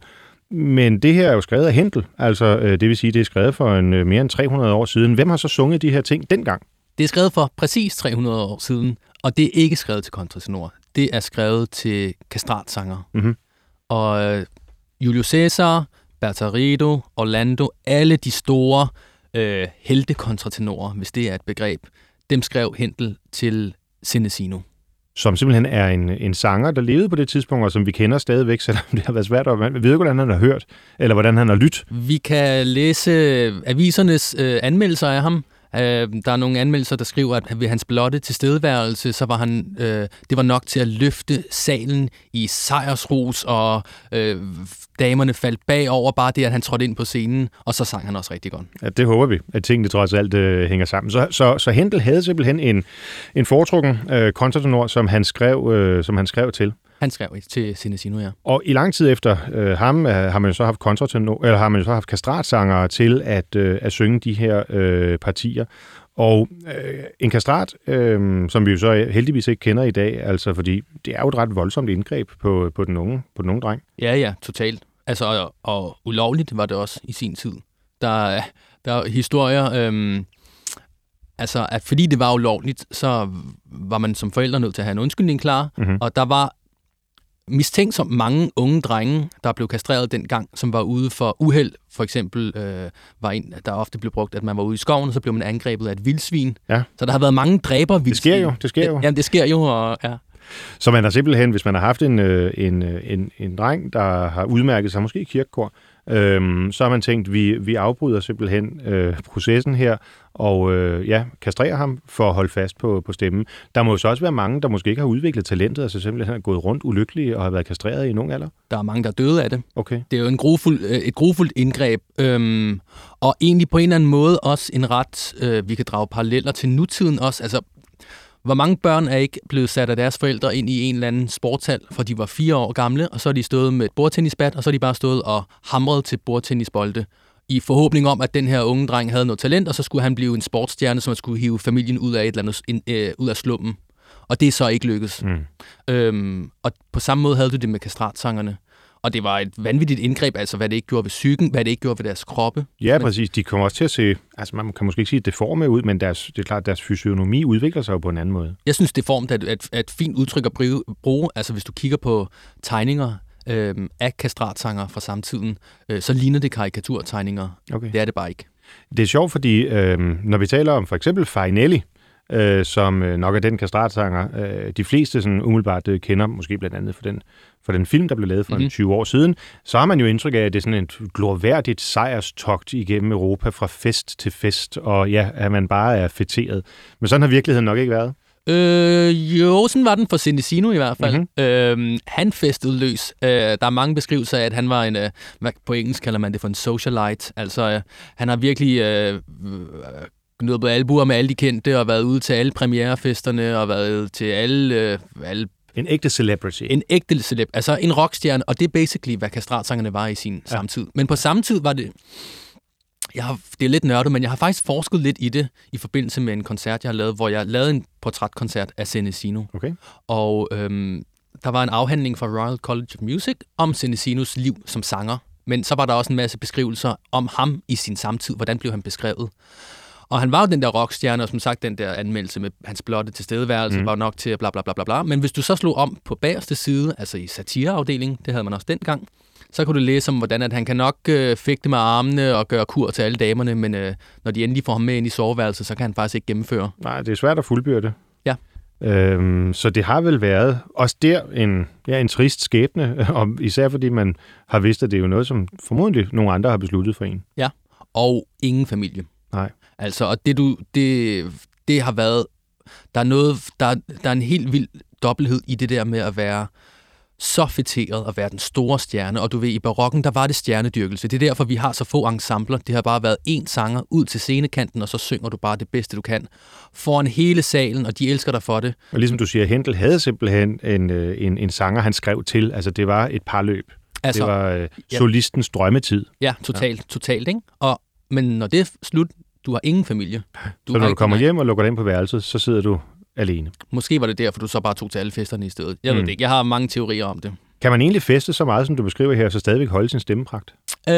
Men det her er jo skrevet af Händel, altså det vil sige, det er skrevet for en, mere end tre hundrede år siden. Hvem har så sunget de her ting dengang? Det er skrevet for præcis tre hundrede år siden, og det er ikke skrevet til kontratenor. Det er skrevet til kastratsanger. Mm-hmm. Og uh, Julius Caesar, Bertarido, Orlando, alle de store uh, heltekontratenorer, hvis det er et begreb, dem skrev Händel til Senesino. Som simpelthen er en, en sanger, der levede på det tidspunkt, og som vi kender stadigvæk, selvom det har været svært at man ved ikke, hvordan han har hørt, eller hvordan han har lyttet. Vi kan læse avisernes øh, anmeldelser af ham. Øh, der er nogle anmeldelser, der skriver, at ved hans blotte tilstedeværelse, så var han, øh, det var nok til at løfte salen i sejrsrus, og øh, damerne faldt bagover bare det, at han trådte ind på scenen, og så sang han også rigtig godt. Ja, det håber vi, at tingene trods alt øh, hænger sammen. Så, så, så Händel havde simpelthen en, en foretrukken øh, kontratenor, som han skrev, øh, som han skrev til. Han skrev til Senesino, ja. Og i lang tid efter øh, ham øh, har man jo så haft kontratenor, eller har man jo så haft kastratsangere til at, øh, at synge de her øh, partier. Og øh, en kastrat, øh, som vi jo så heldigvis ikke kender i dag, altså fordi det er jo et ret voldsomt indgreb på, på den unge, på den unge dreng. Ja, ja, totalt. Altså, og, og ulovligt var det også i sin tid. Der, der er historier, øh, altså at fordi det var ulovligt, så var man som forældre nødt til at have en undskyldning klar, mm-hmm. og der var mistænksomt mange unge drenge, der blev kastreret dengang, som var ude for uheld. For eksempel øh, var en, der ofte blev brugt, at man var ude i skoven, og så blev man angrebet af et vildsvin. Ja. Så der har været mange dræber vildsvin. Det sker jo, det sker jo. Jamen, det sker jo, og ja. Så man har simpelthen, hvis man har haft en, en, en, en dreng, der har udmærket sig, måske i kirkekor, øhm, så har man tænkt, vi, vi afbryder simpelthen øh, processen her, og øh, ja, kastrerer ham for at holde fast på, på stemmen. Der må jo så også være mange, der måske ikke har udviklet talentet, altså simpelthen har gået rundt ulykkelige og har været kastreret i en ung alder. Der er mange, der er døde af det. Okay. Det er jo en grufuld, et grufuldt indgreb, øhm, og egentlig på en eller anden måde også en ret, øh, vi kan drage paralleller til nutiden også. Altså, hvor mange børn er ikke blevet sat af deres forældre ind i en eller anden sportshal, for de var fire år gamle, og så er de stået med et bordtennisbat, og så er de bare stået og hamret til bordtennisbolde, i forhåbning om, at den her unge dreng havde noget talent, og så skulle han blive en sportsstjerne, som skulle hive familien ud af et eller andet, øh, ud af slummen. Og det er så ikke lykkedes. Mm. Øhm, og på samme måde havde du det med kastratsangerne. Og det var et vanvittigt indgreb, altså hvad det ikke gjorde ved psyken, hvad det ikke gjorde ved deres kroppe. Ja, præcis. De kommer også til at se, altså man kan måske ikke sige deforme ud, men deres, det er klart, at deres fysionomi udvikler sig jo på en anden måde. Jeg synes, deformt er et, er et fint udtryk at bruge, bruge. Altså hvis du kigger på tegninger øh, af kastratsanger fra samtiden, øh, så ligner det karikaturtegninger. Okay. Det er det bare ikke. Det er sjovt, fordi øh, når vi taler om for eksempel Farinelli, øh, som øh, nok er den kastratsanger, øh, de fleste sådan umiddelbart øh, kender, måske blandt andet for den, for den film, der blev lavet for mm-hmm. tyve år siden, så har man jo indtryk af, at det er sådan et glorværdigt sejrstogt igennem Europa fra fest til fest, og ja, at man bare er fætteret. Men sådan har virkeligheden nok ikke været. Øh, jo, sådan var den for Senesino i hvert fald. Mm-hmm. Øh, han festede løs. Øh, der er mange beskrivelser af, at han var en, øh, hvad på engelsk kalder man det for en socialite. Altså, øh, han har virkelig øh, øh, gnået albuer med alle de kendte, og været ude til alle premierefesterne, og været til alle... Øh, alle En ægte celebrity. En ægte celeb. Altså en rockstjerne, og det er basically, hvad kastratsangerne var i sin ja. samtid. Men på samme tid var det... Jeg har, det er lidt nørdet, men jeg har faktisk forsket lidt i det i forbindelse med en koncert, jeg har lavet, hvor jeg lavede en portrætkoncert af Senesino. Okay. Og øhm, der var en afhandling fra Royal College of Music om Senesinos liv som sanger. Men så var der også en masse beskrivelser om ham i sin samtid. Hvordan blev han beskrevet? Og han var jo den der rockstjerne, og som sagt, den der anmeldelse med hans blotte tilstedeværelse mm. var nok til bla bla bla bla bla. Men hvis du så slog om på bagerste side, altså i satireafdelingen, det havde man også dengang, så kunne du læse om, hvordan at han kan nok øh, fægte med armene og gøre kur til alle damerne, men øh, når de endelig får ham med ind i soveværelset, så kan han faktisk ikke gennemføre. Nej, det er svært at fuldbyrde. Ja. Øhm, så det har vel været også der en, ja, en trist skæbne, og især fordi man har vidst, at det er jo noget, som formodentlig nogle andre har besluttet for en. Ja, og ingen familie. Nej. Altså, og det du, det, det har været, der er noget, der, der er en helt vild dobbelthed i det der med at være så fætteret at være den store stjerne, og du ved, i barokken, der var det stjernedyrkelse. Det er derfor, vi har så få ensembler. Det har bare været én sanger ud til scenekanten, og så synger du bare det bedste, du kan, foran hele salen, og de elsker dig for det. Og ligesom du siger, Händel havde simpelthen en, en, en sanger, han skrev til. Altså, det var et parløb. Altså, det var øh, solistens ja. drømmetid. Ja, totalt, ja. totalt, ikke? Og, men når det er slut, du har ingen familie. Du så når du kommer hjem og lukker dig ind på værelset, så sidder du alene. Måske var det derfor, du så bare tog til alle festerne i stedet. Jeg mm. ved det ikke. Jeg har mange teorier om det. Kan man egentlig feste så meget, som du beskriver her, så stadigvæk holde sin stemmepragt?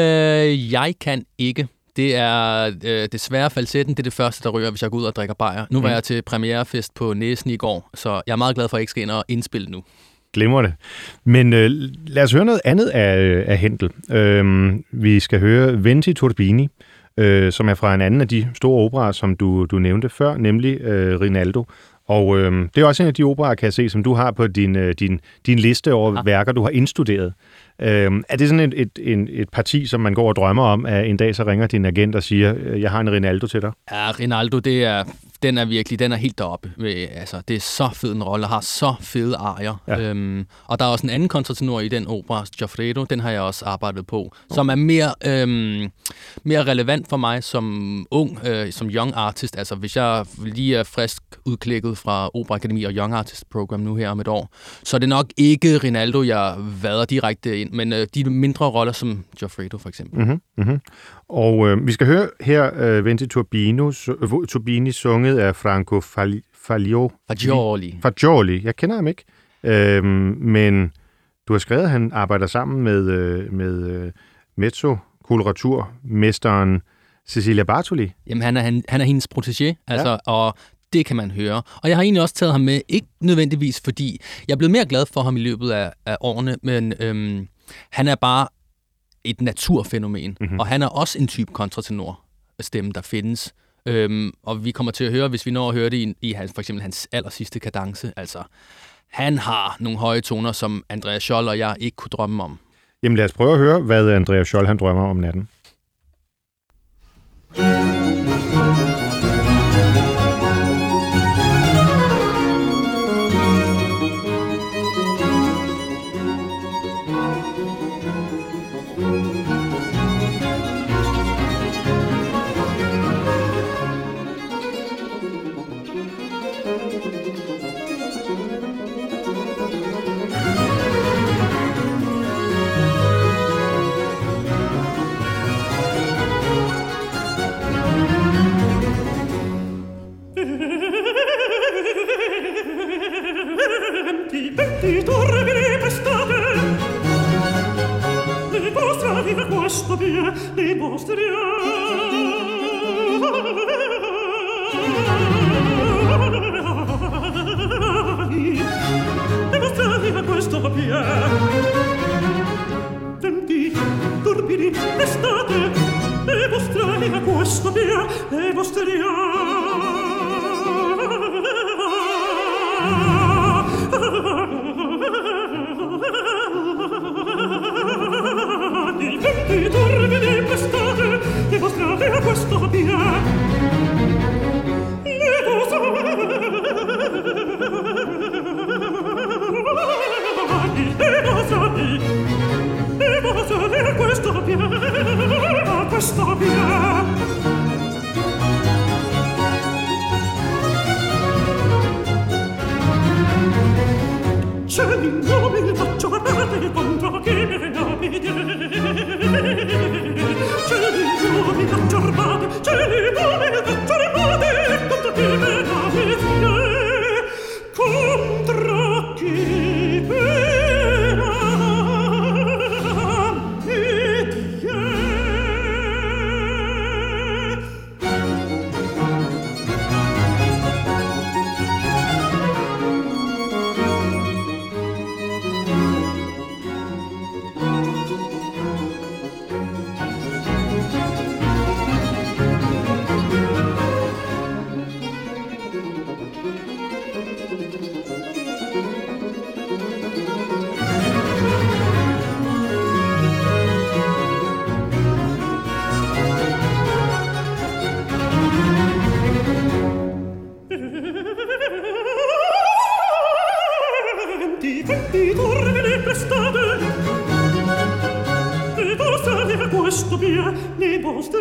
Øh, jeg kan ikke. Det er øh, desværre falsetten. Det er det første, der ryger, hvis jeg går ud og drikker bajer. Nu var mm. jeg til premierefest på Næsen i går, så jeg er meget glad for, at jeg ikke skal ind og indspille nu. Glemmer det. Men øh, lad os høre noget andet af, af Händel. Øh, vi skal høre Venti Turbini, øh, som er fra en anden af de store operer, som du, du nævnte før, nemlig øh, Rinaldo. Og øh, det er også en af de operer, kan jeg se, som du har på din, øh, din, din liste over ja. værker, du har indstuderet. Øh, er det sådan et, et, et, et parti, som man går og drømmer om, at en dag så ringer din agent og siger, jeg har en Rinaldo til dig? Ja, Rinaldo, det er, den er virkelig, den er helt deroppe. Altså, det er så fed en rolle, har så fede arier. Ja. Øhm, og der er også en anden kontratenor i den opera, Goffredo, den har jeg også arbejdet på, okay. som er mere, øhm, mere relevant for mig som ung, øh, som young artist. Altså, hvis jeg lige er frisk udklikket fra Opera Akademi og Young Artist Program nu her om et år, så er det nok ikke Rinaldo, jeg vader direkte ind, men øh, de mindre roller som Goffredo for eksempel. Mm-hmm, mm-hmm. Og øh, vi skal høre her øh, Venti Turbino, uh, Turbini sunget af Franco Faglioli. Fagioli. Fagioli. Jeg kender ham ikke. Øh, men du har skrevet, at han arbejder sammen med, øh, med øh, mezzo-koloraturmesteren Cecilia Bartoli. Jamen, han er, han, han er hendes protégé, altså, ja. og det kan man høre. Og jeg har egentlig også taget ham med, ikke nødvendigvis, fordi jeg er blevet mere glad for ham i løbet af, af årene, men øhm, han er bare et naturfænomen, mm-hmm. og han er også en type kontratenor-stemme, der findes. Øhm, og vi kommer til at høre, hvis vi når at høre det i, i hans, for eksempel hans allersidste kadence, altså han har nogle høje toner, som Andreas Scholl og jeg ikke kunne drømme om. Jamen lad os prøve at høre, hvad Andreas Scholl han drømmer om natten. bien les vostri e mostrare a questo bien tempi turbidi estate e mostrare a questo bien le vostri i tempi turbidi estate e mostrare a questo bien le a questo bien, a questo bien. C'è l'indomine faccio guardate contro chi me abide. C'è l'indomine faccio armate, c'è l'indomine faccio armate contro chi me abide. Contro chi me questo bien ne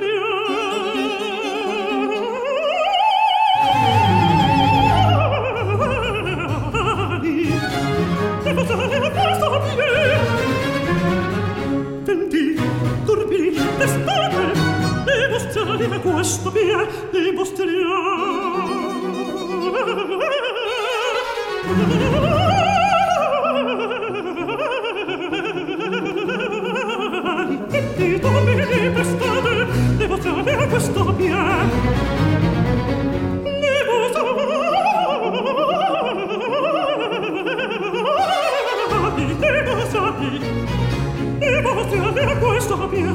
mostriamo e mostrare a questo bien tempi turbidi d'estate e mostrare a questo bien ne mostriamo a questo bien ne mostrare e mostrare a questo bien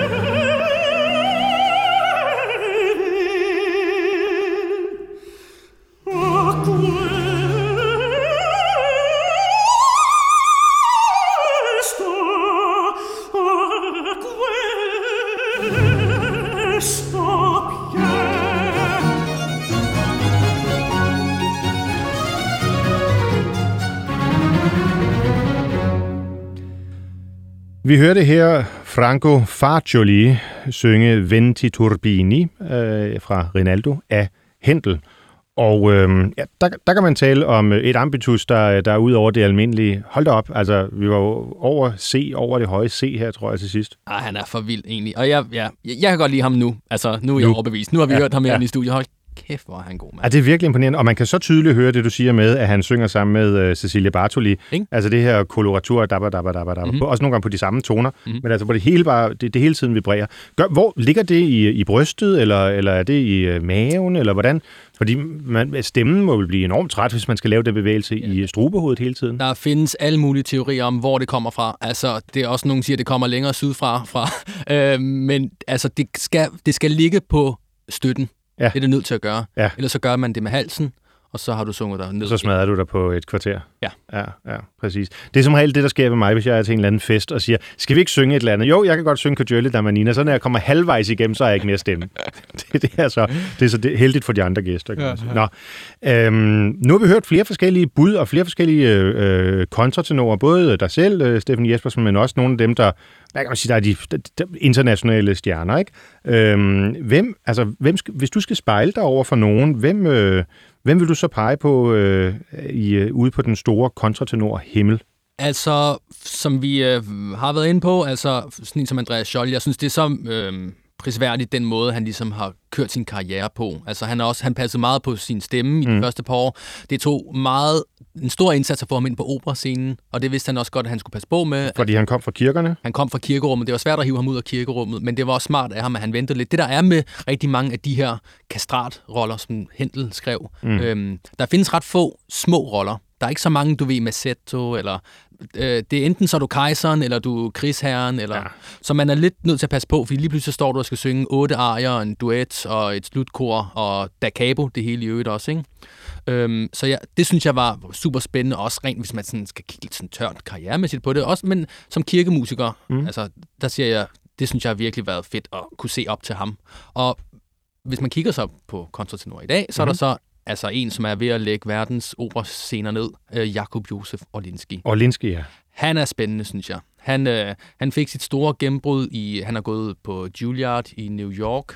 Vi hørte her Franco Fagioli synge Venti Turbini øh, fra Rinaldo af Händel. Og øh, ja, der, der kan man tale om et ambitus, der, der er ud over det almindelige. Hold da op, altså vi var jo over C, over det høje C her, tror jeg til sidst. Ah, han er for vild egentlig. Og jeg, ja, jeg kan godt lide ham nu. Altså, nu er jeg nu. overbevist. Nu har vi ja, hørt ham her ja. i studiet. Hold kæft, hvor er han god, mand. Ja, det er virkelig imponerende, og man kan så tydeligt høre det, du siger med, at han synger sammen med uh, Cecilia Bartoli. Ing? Altså det her koloratur, dabba, dabba, dabba, dabba. Mm-hmm. Også nogle gange på de samme toner, mm-hmm. men altså hvor det hele bare, det, det hele tiden vibrerer. Gør, hvor ligger det i, i brystet, eller, eller er det i uh, maven, eller hvordan? Fordi man, stemmen må vel blive enormt træt, hvis man skal lave den bevægelse ja. i strubehovedet hele tiden. Der findes alle mulige teorier om, hvor det kommer fra. Altså, det er også nogen, der siger, at det kommer længere sydfra. Fra. Øh, men altså, det skal, det skal ligge på støtten. Ja. Det er det nødt til at gøre. Ja. Ellers så gør man det med halsen, og så har du sunget dig ned. Så smadrer du dig på et kvarter. Ja. Ja, ja, præcis. Det er som regel det, der sker ved mig, hvis jeg er til en eller anden fest og siger, skal vi ikke synge et eller andet? Jo, jeg kan godt synge Kajølle Damanina, så når jeg kommer halvvejs igennem, så har jeg ikke mere stemme. det, det, er så, det er så det, heldigt for de andre gæster. Kan ja, ja. Nå. Øhm, nu har vi hørt flere forskellige bud og flere forskellige øh, kontratenorer, både dig selv, øh, Steffen Jespersen, men også nogle af dem, der, hvad kan man sige, der er de, de, de internationale stjerner, ikke? Øhm, hvem, altså, hvem skal, hvis du skal spejle dig over for nogen, hvem... Øh, Hvem vil du så pege på øh, i, ude på den store kontratenor himmel? Altså, som vi øh, har været inde på, altså sådan en som Andreas Scholl, jeg synes, det er så øh, prisværdigt den måde, han ligesom har kørt sin karriere på. Altså han, er også, han passede meget på sin stemme i de Mm. første par år. Det tog meget, en stor indsats at få ham ind på operascenen, og det vidste han også godt, at han skulle passe på med. Fordi han kom fra kirkerne? Han kom fra kirkerummet. Det var svært at hive ham ud af kirkerummet, men det var også smart af ham, at han ventede lidt. Det der er med rigtig mange af de her kastratroller, som Händel skrev, Mm. øhm, der findes ret få små roller. Der er ikke så mange, du ved, Mazzetto, eller øh, det er enten så er du kejseren, eller du er krigsherren, eller... Ja. Så man er lidt nødt til at passe på, fordi lige pludselig står du og skal synge otte arier, en duet og et slutkor, og da capo, det hele i øvrigt også, ikke? Øhm, så ja, det synes jeg var super spændende, også rent, hvis man sådan skal kigge lidt sådan tørt karrieremæssigt på det, også, men som kirkemusiker, mm. altså, der siger jeg, det synes jeg har virkelig været fedt at kunne se op til ham. Og hvis man kigger så på kontratenor i dag, så mm. er der så altså en, som er ved at lægge verdens operascener ned, øh, Jakub Josef Orlinski. Orlinski, ja. Han er spændende, synes jeg. Han, øh, han fik sit store gennembrud i, han har gået på Juilliard i New York,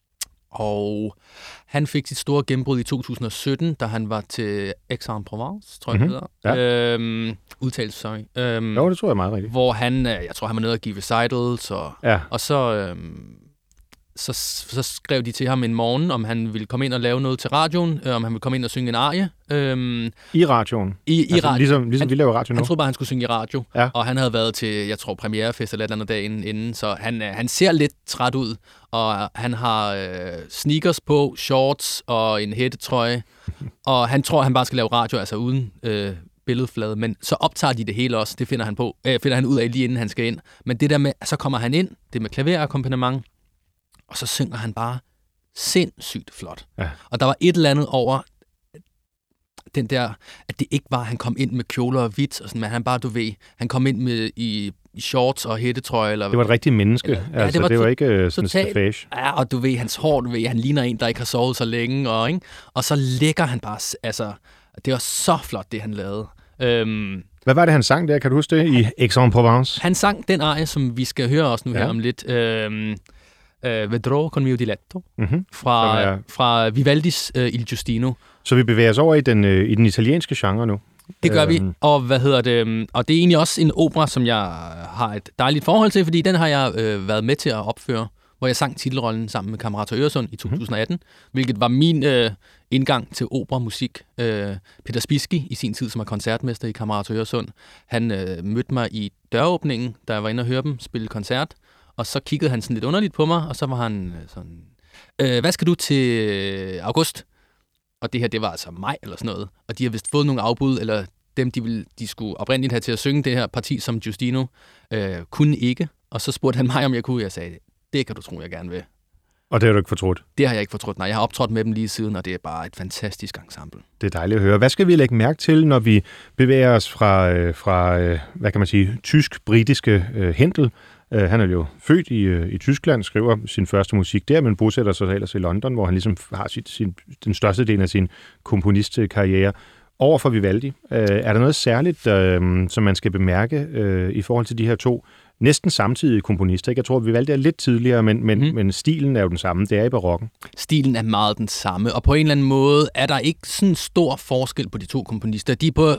og han fik sit store gennembrud i to tusind og sytten, da han var til Aix-en-Provence, tror jeg, Mhm. det hedder. Ja. Øhm, udtalelse, sorry. Øhm, Jo, det tror jeg er meget rigtigt. hvor han, øh, jeg tror, han var nede og give recitals, og, Ja. og så, øhm, så, så skrev de til ham en morgen, om han ville komme ind og lave noget til radioen, øh, om han ville komme ind og synge en arie. Øhm, I radioen? I, i Altså, radio. ligesom ligesom Han- vi laver radio nu? Han troede bare, han skulle synge i radio, Ja. og han havde været til, jeg tror, premierefest eller et eller andet dag inden, inden så han, øh, han ser lidt træt ud, og han har øh, sneakers på, shorts og en hættetrøje, og han tror, han bare skal lave radio, altså uden øh, billedflade, men så optager de det hele også, det finder han, på, øh, finder han ud af lige inden han skal ind. Men det der med, så kommer han ind, det med klaverakkompagnement, og så synger han bare sindssygt flot. Ja. Og der var et eller andet over den der, at det ikke var, han kom ind med kjoler og hvidt, og sådan, men han bare, du ved, han kom ind med i, i shorts og hættetrøje. Eller, Det var et rigtigt menneske. Eller- ja, altså, det var det var to- ikke uh, sådan en totalt- stafage. Ja, og du ved, hans hår, du ved, han ligner en, der ikke har sovet så længe, og, ikke? Og så lægger han bare, s- altså, det var så flot, det han lavede. Øhm, Hvad var det, han sang der? Kan du huske det? I Aix-en-Provence? han sang den arie, som vi skal høre også nu Ja. her om lidt, øhm, øh, Vedrò con mio diletto, Mm-hmm. fra, Som er- fra Vivaldis øh, Il Giustino. Så vi bevæger os over i den, øh, i den italienske genre nu. Det gør vi, Øhm. og hvad hedder det? øhm, Og det er egentlig også en opera, som jeg har et dejligt forhold til, fordi den har jeg øh, været med til at opføre, hvor jeg sang titelrollen sammen med Kammerat Øresund i to tusind atten, mm. hvilket var min øh, indgang til operamusik. Øh, Peter Spiski, i sin tid som er koncertmester i Kammerat Øresund, han øh, mødte mig i døråbningen, da jeg var inde og høre dem spille koncert, og så kiggede han sådan lidt underligt på mig, og så var han øh, sådan, øh, hvad skal du til øh, august? Og det her, det var altså maj eller sådan noget. Og de har vist fået nogle afbud, eller dem, de, ville, de skulle oprindeligt have til at synge det her parti som Giustino, øh, kunne ikke. Og så spurgte han mig, om jeg kunne. Jeg sagde, det kan du tro, jeg gerne vil. Og det har du ikke fortrudt. Det har jeg ikke fortrudt. Nej, jeg har optrådt med dem lige siden, og det er bare et fantastisk ensemble. Det er dejligt at høre. Hvad skal vi lægge mærke til, når vi bevæger os fra, øh, fra øh, hvad kan man sige, tysk-britiske øh, Händel? Uh, han er jo født i, uh, i Tyskland, skriver sin første musik der, men bosætter sig ellers i London, hvor han ligesom har sit, sin, den største del af sin komponistkarriere. Over for Vivaldi, uh, er der noget særligt, uh, som man skal bemærke uh, i forhold til de her to næsten samtidige komponister? Jeg tror, at Vivaldi er lidt tidligere, men, men, mm. men stilen er jo den samme. Det er i barokken. Stilen er meget den samme, og på en eller anden måde er der ikke sådan stor forskel på de to komponister. De er på,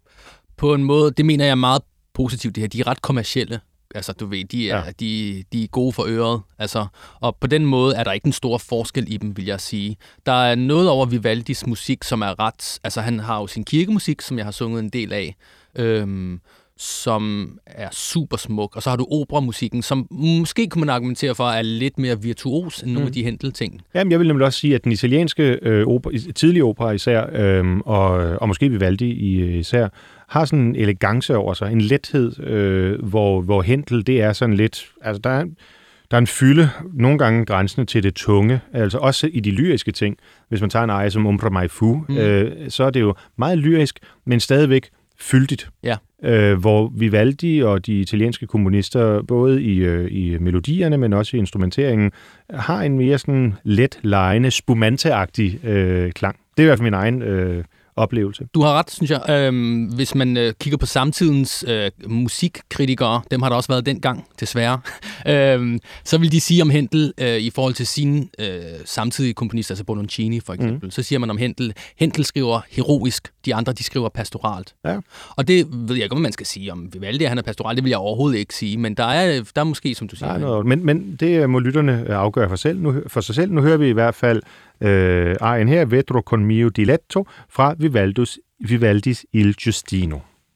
på en måde, det mener jeg er meget positivt, det her. De er ret kommercielle. Altså, du ved, de er, Ja. de, de er gode for øret. Altså, og på den måde er der ikke en stor forskel i dem, vil jeg sige. Der er noget over Vivaldis musik, som er ret... Altså, han har jo sin kirkemusik, som jeg har sunget en del af, øhm, som er super smuk. Og så har du operamusikken, som måske kunne man argumentere for, er lidt mere virtuos end nogle Mm. af de Händel-ting. Jamen, jeg vil nemlig også sige, at den italienske øh, opera, tidlige opera især, øh, og, og måske Vivaldi i, især, har sådan en elegance over sig, en lethed, øh, hvor, hvor Händel, det er sådan lidt, altså der er, der er en fylde, nogle gange grænsende til det tunge, altså også i de lyriske ting. Hvis man tager en arie som Ombra mai fu, mm. øh, så er det jo meget lyrisk, men stadigvæk fyldigt. Ja. Øh, hvor Vivaldi og de italienske komponister, både i, øh, i melodierne, men også i instrumenteringen, har en mere sådan let, lejende, spumante-agtig øh, klang. Det er i hvert fald min egen øh, oplevelse. Du har ret, synes jeg. Øhm, hvis man øh, kigger på samtidens øh, musikkritikere, dem har der også været dengang, desværre. øhm, så vil de sige om Händel øh, i forhold til sine øh, samtidige komponister, altså Bononcini for eksempel, mm. så siger man om Händel, Händel skriver heroisk, de andre de skriver pastoralt. Ja. Og det ved jeg ikke, om man skal sige om Vivaldi, han er pastoral, det vil jeg overhovedet ikke sige, men der er, der er måske, som du siger. Noget, men, men det må lytterne afgøre for, selv. Nu, for sig selv. Nu hører vi i hvert fald øh, arien her, Vedrò con mio diletto, fra Vivaldis, Vivaldis Il Giustino.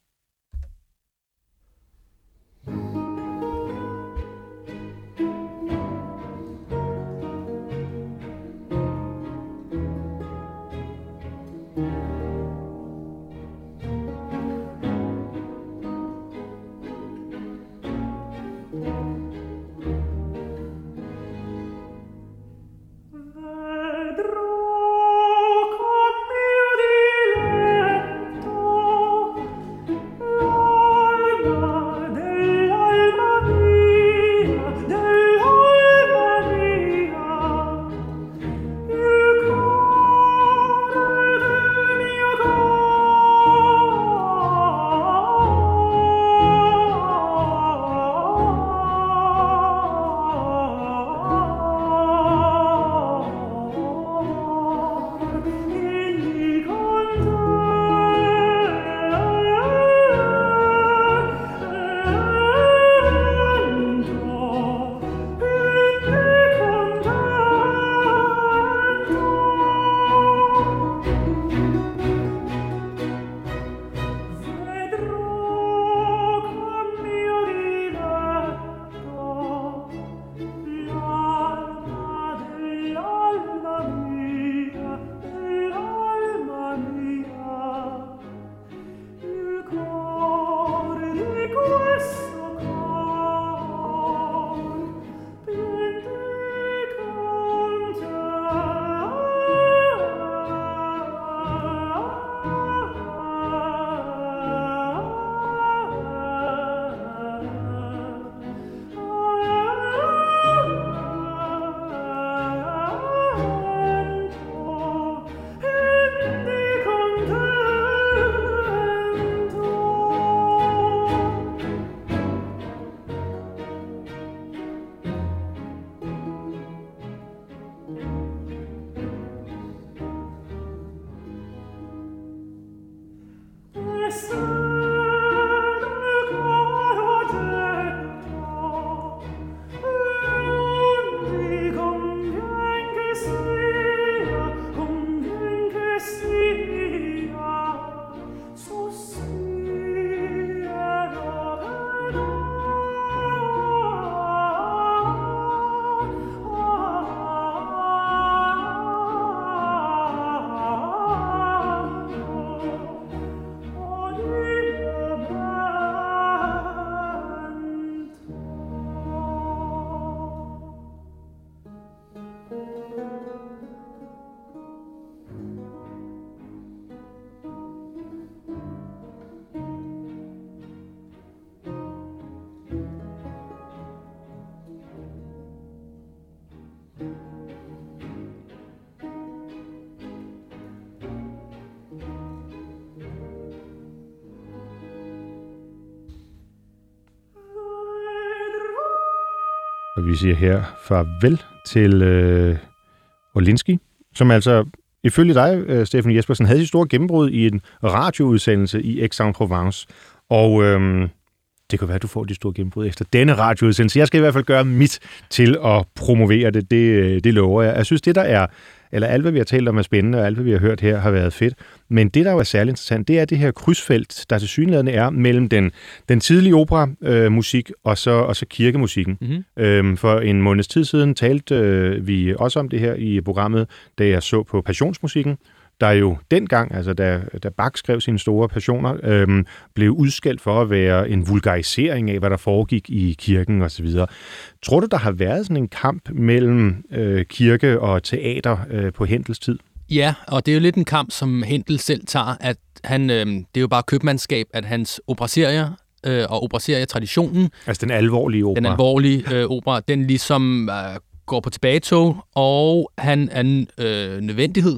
Og vi siger her farvel til øh, Orlinski, som altså ifølge dig, øh, Steffen Jespersen, havde sit store gennembrud i en radioudsendelse i Aix-en-Provence. Og øh, det kan være, at du får dit store gennembrud efter denne radioudsendelse. Jeg skal i hvert fald gøre mit til at promovere det. Det, det lover jeg. Jeg synes, det der er, eller alt hvad vi har talt om er spændende, og alt hvad vi har hørt her har været fedt. Men det, der jo er særlig interessant, det er det her krydsfelt, der tilsyneladende er mellem den, den tidlige opera-musik øh, og, så, og så kirkemusikken. Mm-hmm. Øhm, for en måneds tid siden talte øh, vi også om det her i programmet, da jeg så på passionsmusikken, der jo dengang, altså da, da Bach skrev sine store passioner, øhm, blev udskældt for at være en vulgarisering af, hvad der foregik i kirken osv. Tror du, der har været sådan en kamp mellem øh, kirke og teater øh, på Händels tid? Ja, og det er jo lidt en kamp, som Händel selv tager, at han, øh, det er jo bare købmandskab, at hans operaserier øh, og operaserietraditionen, altså den alvorlige opera, den alvorlige øh, opera, den ligesom øh, går på tilbagetog, og han er en øh, nødvendighed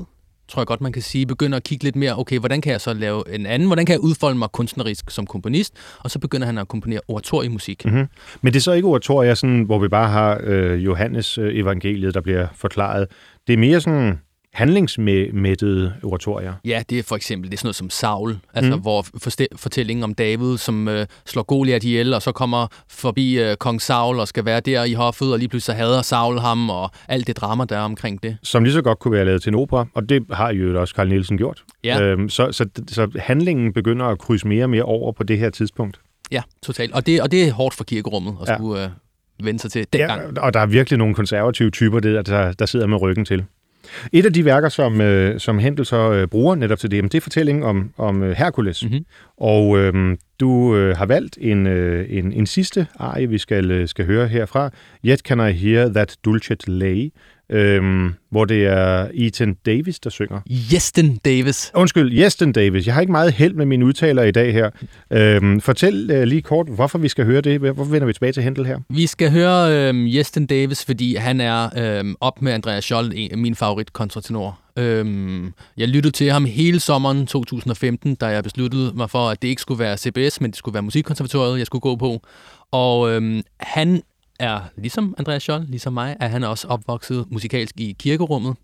tror jeg godt, man kan sige, begynder at kigge lidt mere, okay, hvordan kan jeg så lave en anden, hvordan kan jeg udfolde mig kunstnerisk som komponist, og så begynder han at komponere oratoriemusik. Mm-hmm. Men det er så ikke oratorier, sådan, hvor vi bare har øh, Johannes øh, evangeliet, der bliver forklaret. Det er mere sådan handlingsmættede oratorier. Ja, det er for eksempel det er sådan noget som Saul, altså Mm. hvor forste- fortællingen om David, som øh, slår Goliat ihjel, og så kommer forbi øh, kong Saul og skal være der i hoffet, og lige pludselig så hader Saul ham, og alt det drama, der er omkring det. Som lige så godt kunne være lavet til en opera, og det har jo også Carl Nielsen gjort. Ja. Øhm, så, så, så handlingen begynder at krydse mere og mere over på det her tidspunkt. Ja, totalt. Og det, og det er hårdt for kirkerummet at Ja. skulle øh, vende sig til dengang. Ja, og der er virkelig nogle konservative typer, der, der, der sidder med ryggen til. Et af de værker, som, øh, som Händel så øh, bruger netop til det, det er fortællingen om, om øh, Herkules. Mm-hmm. Og øh, du øh, har valgt en, øh, en, en sidste arie, vi skal, øh, skal høre herfra. Yet can I hear that dulcet lay, øh, hvor det er Ethan Davis, der synger. Yesten Davis. Undskyld, Yesten Davis. Jeg har ikke meget held med mine udtaler i dag her. Øh, fortæl øh, lige kort, hvorfor vi skal høre det. Hvorfor vender vi tilbage til Händel her? Vi skal høre øh, Yesten Davis, fordi han er øh, op med Andreas Scholl, en, min favorit kontratenor. Øhm, jeg lyttede til ham hele sommeren to tusind og femten, da jeg besluttede mig for, at det ikke skulle være C B S, men det skulle være Musikkonservatoriet, jeg skulle gå på. Og øhm, han er, ligesom Andreas Scholl, ligesom mig, er han også opvokset musikalsk i kirkerummet.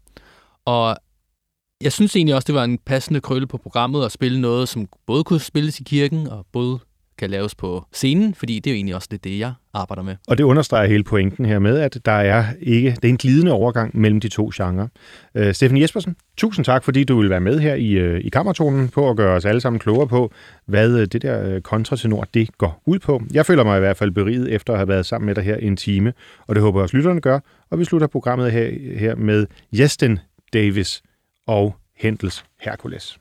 Og jeg synes egentlig også, det var en passende krølle på programmet at spille noget, som både kunne spilles i kirken, og både kan laves på scenen, fordi det er jo egentlig også det, det jeg arbejder med. Og det understreger hele pointen her med, at der er ikke, det er en glidende overgang mellem de to genrer. Uh, Steffen Jespersen, tusind tak, fordi du vil være med her i, uh, i Kammertonen på at gøre os alle sammen klogere på, hvad uh, det der uh, kontratenor, det går ud på. Jeg føler mig i hvert fald beriget efter at have været sammen med dig her en time, og det håber jeg også lytterne gør. Og vi slutter programmet her, her med Yesten Davis og Händels Herkules.